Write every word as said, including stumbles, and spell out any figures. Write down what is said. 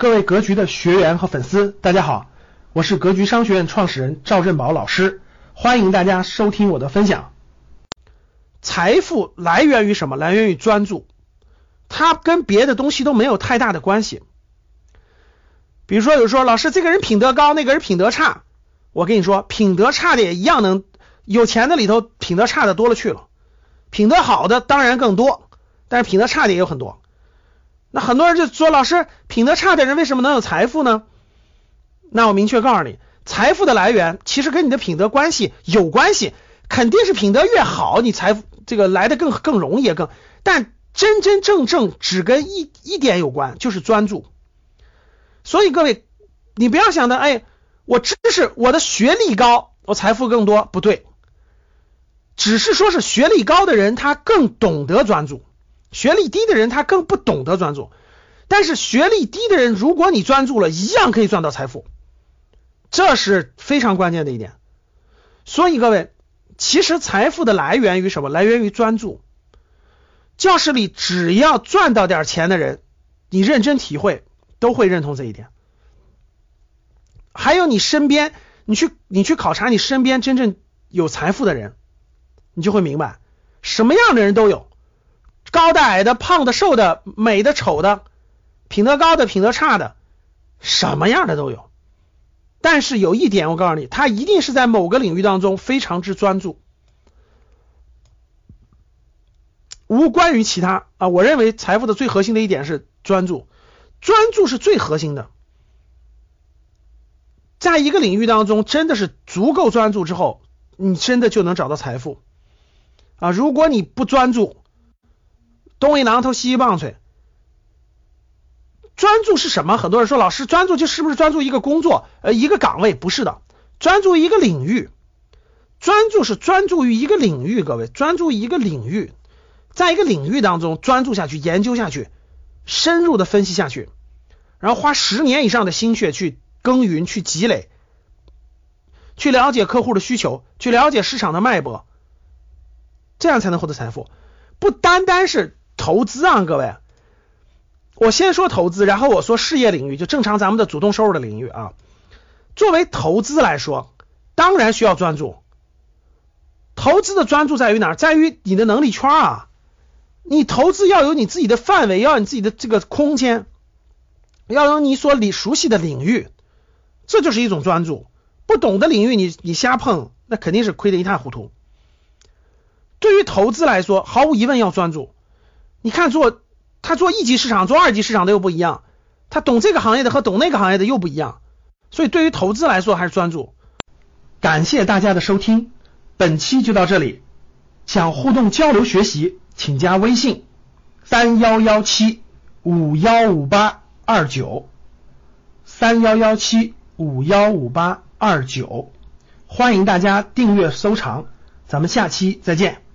各位格局的学员和粉丝，大家好，我是格局商学院创始人赵振宝老师，欢迎大家收听我的分享。财富来源于什么？来源于专注，它跟别的东西都没有太大的关系。比如说有时候老师这个人品德高，那个人品德差，我跟你说品德差的也一样能，有钱的里头品德差的多了去了，品德好的当然更多，但是品德差的也有很多。那很多人就说老师品德差的人为什么能有财富呢？那我明确告诉你，财富的来源其实跟你的品德关系有关系，肯定是品德越好你财富这个来的更更容易更，但真真正正只跟一一点有关，就是专注。所以各位你不要想的哎我知识我的学历高我财富更多，不对，只是说是学历高的人他更懂得专注，学历低的人他更不懂得专注，但是学历低的人如果你专注了一样可以赚到财富，这是非常关键的一点。所以各位其实财富的来源于什么？来源于专注。教室里只要赚到点钱的人，你认真体会都会认同这一点。还有你身边你去你去考察你身边真正有财富的人，你就会明白什么样的人都有，高的矮的胖的瘦的美的丑的，品德高的品德差的，什么样的都有。但是有一点我告诉你，他一定是在某个领域当中非常之专注，无关于其他啊。我认为财富的最核心的一点是专注，专注是最核心的。在一个领域当中真的是足够专注之后，你真的就能找到财富啊。如果你不专注，东一榔头西一棒槌。专注是什么？很多人说老师专注就是不是专注一个工作呃一个岗位？不是的，专注一个领域。专注是专注于一个领域，各位专注一个领域，在一个领域当中专注下去，研究下去，深入的分析下去，然后花十年以上的心血去耕耘，去积累，去了解客户的需求，去了解市场的脉搏，这样才能获得财富。不单单是投资啊，各位，我先说投资，然后我说事业领域，就正常咱们的主动收入的领域啊。作为投资来说，当然需要专注。投资的专注在于哪儿？在于你的能力圈啊。你投资要有你自己的范围，要有你自己的这个空间，要有你所理熟悉的领域，这就是一种专注。不懂的领域你你瞎碰，那肯定是亏得一塌糊涂。对于投资来说，毫无疑问要专注。你看做他做一级市场做二级市场的又不一样，他懂这个行业的和懂那个行业的又不一样，所以对于投资来说还是专注。感谢大家的收听，本期就到这里。想互动交流学习请加微信三一一七五一五八二九 三一一七五一五八二九，欢迎大家订阅收藏，咱们下期再见。